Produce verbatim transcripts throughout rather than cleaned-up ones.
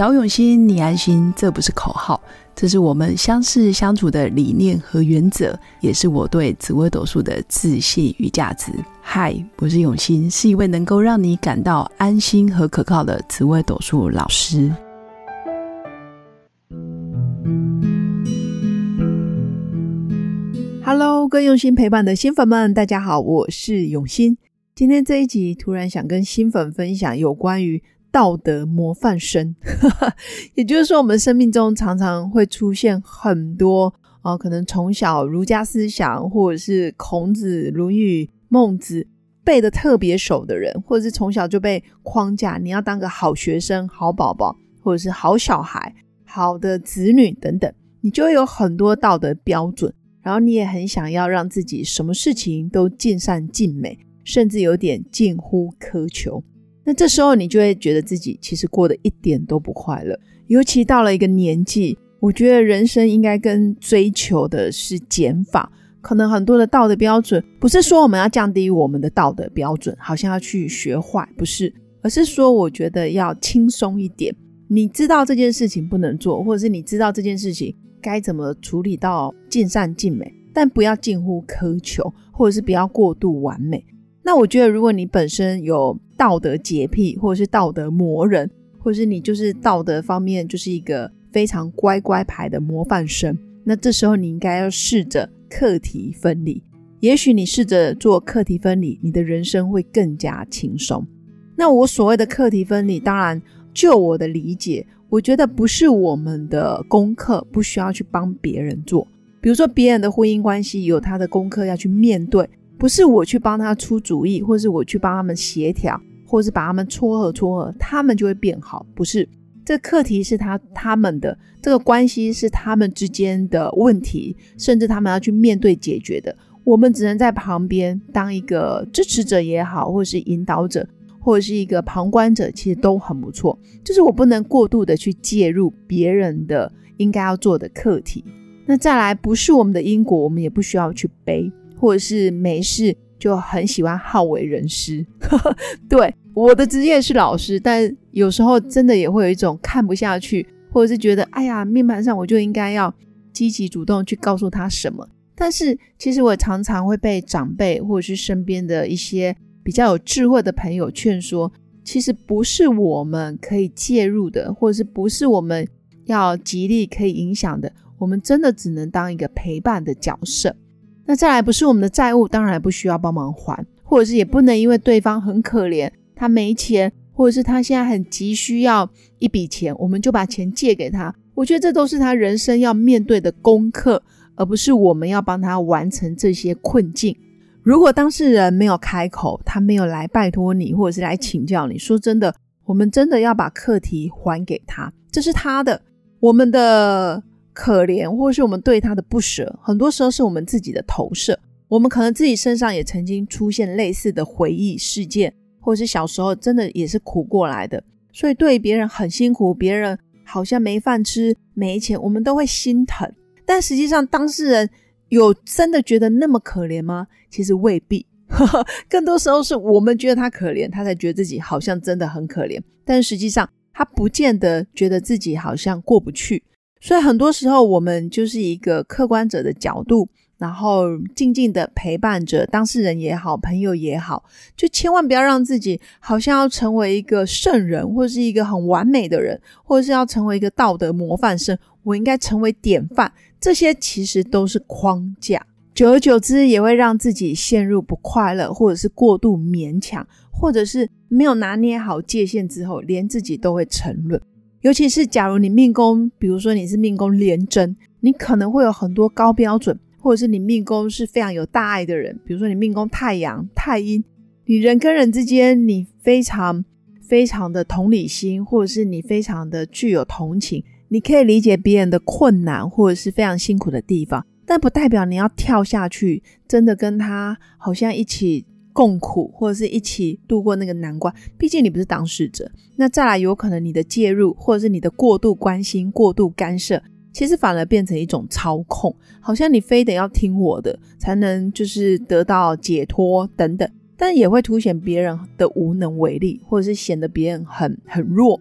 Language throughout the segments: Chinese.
找永新，你安心，这不是口号，这是我们相识相处的理念和原则，也是我对紫微斗数的自信与价值。嗨，我是永新，是一位能够让你感到安心和可靠的紫微斗数老师。Hello， 跟用心陪伴的新粉们，大家好，我是永新。今天这一集突然想跟新粉分享有关于道德模范生也就是说我们生命中常常会出现很多、呃、可能从小儒家思想或者是孔子、论语、孟子背得特别熟的人，或者是从小就被框架你要当个好学生、好宝宝，或者是好小孩、好的子女等等，你就会有很多道德标准，然后你也很想要让自己什么事情都尽善尽美，甚至有点近乎苛求。那这时候你就会觉得自己其实过得一点都不快乐，尤其到了一个年纪，我觉得人生应该跟追求的是减法，可能很多的道德标准不是说我们要降低我们的道德标准，好像要去学坏，不是，而是说我觉得要轻松一点，你知道这件事情不能做，或者是你知道这件事情该怎么处理到尽善尽美，但不要近乎苛求，或者是不要过度完美。那我觉得如果你本身有道德洁癖，或者是道德魔人，或者是你就是道德方面就是一个非常乖乖牌的模范生，那这时候你应该要试着课题分离。也许你试着做课题分离，你的人生会更加轻松。那我所谓的课题分离，当然就我的理解，我觉得不是我们的功课不需要去帮别人做，比如说别人的婚姻关系有他的功课要去面对，不是我去帮他出主意，或是我去帮他们协调，或是把他们撮合撮合，他们就会变好，不是，这个课题是他他们的，这个关系是他们之间的问题，甚至他们要去面对解决的，我们只能在旁边当一个支持者也好，或是引导者，或者是一个旁观者，其实都很不错，就是我不能过度的去介入别人的应该要做的课题。那再来，不是我们的因果，我们也不需要去背，或者是没事就很喜欢好为人师对，我的职业是老师，但有时候真的也会有一种看不下去，或者是觉得哎呀，命盘上我就应该要积极主动去告诉他什么。但是其实我常常会被长辈或者是身边的一些比较有智慧的朋友劝说，其实不是我们可以介入的，或者是不是我们要极力可以影响的，我们真的只能当一个陪伴的角色。那再来，不是我们的债务，当然不需要帮忙还，或者是也不能因为对方很可怜，他没钱，或者是他现在很急需要一笔钱，我们就把钱借给他。我觉得这都是他人生要面对的功课，而不是我们要帮他完成这些困境。如果当事人没有开口，他没有来拜托你，或者是来请教你，说真的，我们真的要把课题还给他，这是他的。我们的可怜或是我们对他的不舍，很多时候是我们自己的投射，我们可能自己身上也曾经出现类似的回忆事件，或是小时候真的也是苦过来的，所以对别人很辛苦，别人好像没饭吃没钱，我们都会心疼。但实际上当事人有真的觉得那么可怜吗？其实未必更多时候是我们觉得他可怜，他才觉得自己好像真的很可怜，但实际上他不见得觉得自己好像过不去。所以很多时候我们就是一个客观者的角度，然后静静的陪伴着当事人也好，朋友也好，就千万不要让自己好像要成为一个圣人，或是一个很完美的人，或者是要成为一个道德模范生，我应该成为典范，这些其实都是框架，久而久之也会让自己陷入不快乐，或者是过度勉强，或者是没有拿捏好界限之后，连自己都会沉沦。尤其是假如你命宫，比如说你是命宫廉贞，你可能会有很多高标准，或者是你命宫是非常有大爱的人，比如说你命宫太阳、太阴，你人跟人之间你非常非常的同理心，或者是你非常的具有同情，你可以理解别人的困难或者是非常辛苦的地方，但不代表你要跳下去真的跟他好像一起共苦，或者是一起度过那个难关，毕竟你不是当事者。那再来，有可能你的介入或者是你的过度关心、过度干涉，其实反而变成一种操控，好像你非得要听我的才能就是得到解脱等等，但也会凸显别人的无能为力，或者是显得别人很很弱。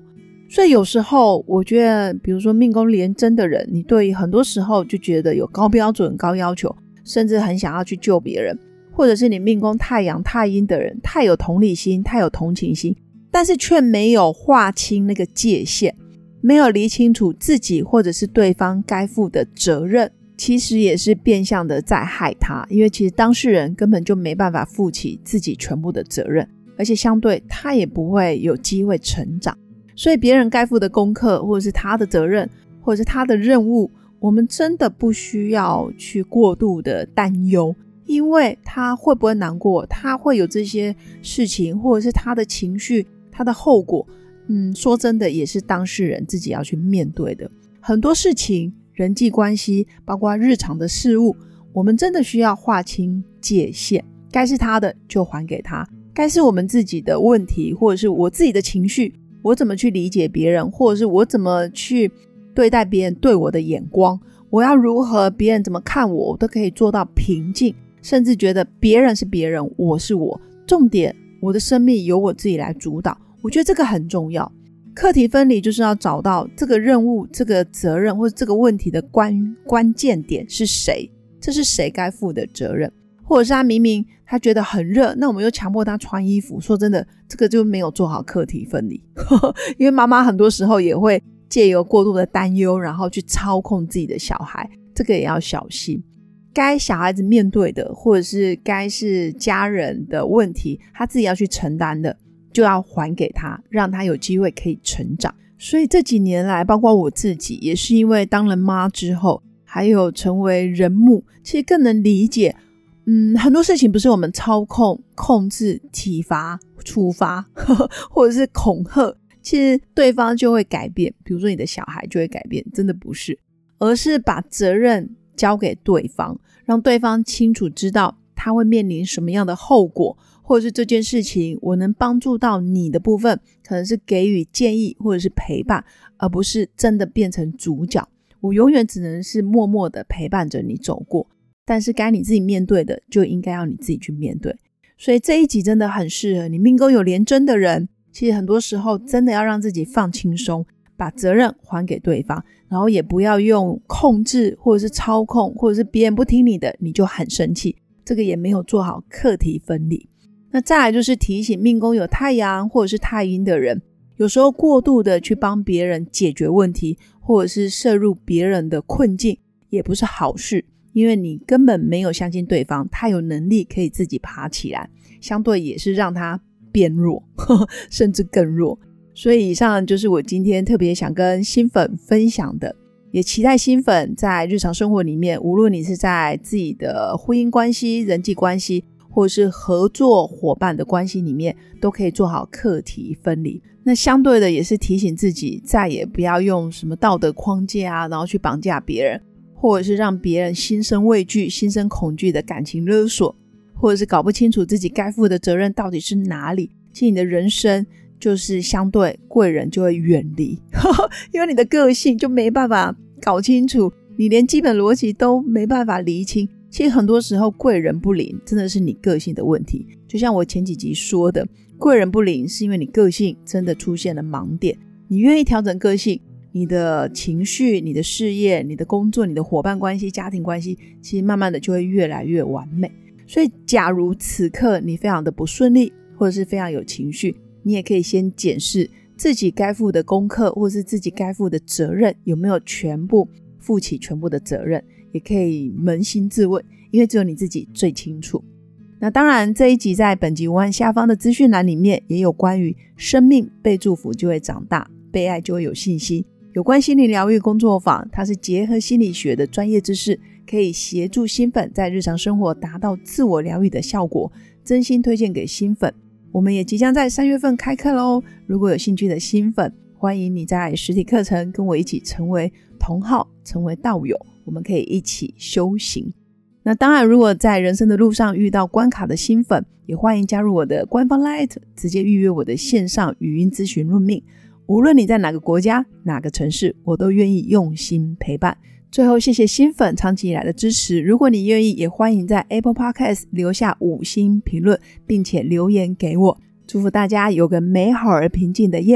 所以有时候我觉得比如说命宫廉贞的人，你对于很多时候就觉得有高标准高要求，甚至很想要去救别人，或者是你命宫太阳太阴的人太有同理心太有同情心，但是却没有划清那个界限，没有理清楚自己或者是对方该负的责任，其实也是变相的在害他，因为其实当事人根本就没办法负起自己全部的责任，而且相对他也不会有机会成长。所以别人该负的功课或者是他的责任或者是他的任务，我们真的不需要去过度的担忧，因为他会不会难过，他会有这些事情或者是他的情绪他的后果，嗯，说真的也是当事人自己要去面对的。很多事情人际关系包括日常的事物，我们真的需要划清界限，该是他的就还给他，该是我们自己的问题或者是我自己的情绪，我怎么去理解别人，或者是我怎么去对待别人对我的眼光，我要如何别人怎么看我，我都可以做到平静，甚至觉得别人是别人我是我，重点我的生命由我自己来主导，我觉得这个很重要。课题分离就是要找到这个任务这个责任或者这个问题的关关键点是谁，这是谁该负的责任，或者是他明明他觉得很热，那我们又强迫他穿衣服，说真的这个就没有做好课题分离因为妈妈很多时候也会借由过度的担忧然后去操控自己的小孩，这个也要小心。该小孩子面对的或者是该是家人的问题他自己要去承担的，就要还给他，让他有机会可以成长。所以这几年来包括我自己也是因为当了妈之后，还有成为人母，其实更能理解嗯，很多事情不是我们操控控制体罚处罚呵呵或者是恐吓，其实对方就会改变，比如说你的小孩就会改变，真的不是，而是把责任交给对方，让对方清楚知道他会面临什么样的后果，或者是这件事情我能帮助到你的部分可能是给予建议或者是陪伴，而不是真的变成主角，我永远只能是默默的陪伴着你走过，但是该你自己面对的就应该要你自己去面对。所以这一集真的很适合你命宫有廉贞的人，其实很多时候真的要让自己放轻松，把责任还给对方，然后也不要用控制或者是操控，或者是别人不听你的你就很生气，这个也没有做好课题分离。那再来就是提醒命宫有太阳或者是太阴的人，有时候过度的去帮别人解决问题，或者是涉入别人的困境也不是好事，因为你根本没有相信对方他有能力可以自己爬起来，相对也是让他变弱呵呵甚至更弱。所以以上就是我今天特别想跟新粉分享的，也期待新粉在日常生活里面，无论你是在自己的婚姻关系人际关系或是合作伙伴的关系里面，都可以做好课题分离。那相对的也是提醒自己再也不要用什么道德框架啊，然后去绑架别人，或者是让别人心生畏惧心生恐惧的感情勒索，或者是搞不清楚自己该负的责任到底是哪里，其实你的人生就是相对贵人就会远离因为你的个性就没办法搞清楚，你连基本逻辑都没办法厘清，其实很多时候贵人不灵真的是你个性的问题。就像我前几集说的，贵人不灵是因为你个性真的出现了盲点，你愿意调整个性，你的情绪你的事业你的工作你的伙伴关系家庭关系其实慢慢的就会越来越完美。所以假如此刻你非常的不顺利或者是非常有情绪，你也可以先检视自己该负的功课或是自己该负的责任有没有全部负起全部的责任，也可以扪心自问，因为只有你自己最清楚。那当然这一集在本集文案下方的资讯栏里面也有关于生命被祝福就会长大，被爱就会有信心，有关心理疗愈工作坊，它是结合心理学的专业知识，可以协助新粉在日常生活达到自我疗愈的效果，真心推荐给新粉。我们也即将在三月份开课咯，如果有兴趣的新粉，欢迎你在实体课程跟我一起成为同好，成为道友，我们可以一起修行。那当然如果在人生的路上遇到关卡的新粉，也欢迎加入我的官方 Line， 直接预约我的线上语音咨询论命，无论你在哪个国家哪个城市，我都愿意用心陪伴。最后谢谢新粉长期以来的支持，如果你愿意也欢迎在 Apple Podcast 留下五星评论并且留言给我。祝福大家有个美好而平静的夜晚，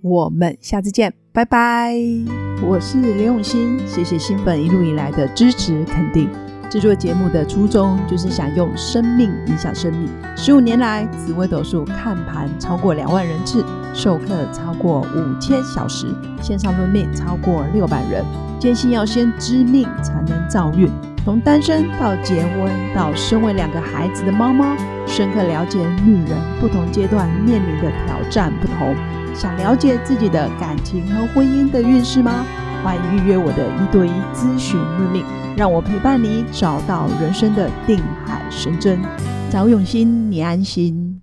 我们下次见，拜拜。我是刘永新，谢谢新粉一路以来的支持肯定。制作节目的初衷就是想用生命影响生命。十五年来，紫微斗数看盘超过两万人次，授课超过五千小时，线上论命超过六百人。坚信要先知命才能造运，从单身到结婚到身为两个孩子的妈妈，深刻了解女人不同阶段面临的挑战不同。想了解自己的感情和婚姻的运势吗？欢迎预约我的一对一咨询论命，让我陪伴你找到人生的定海神针。找永新，你安心。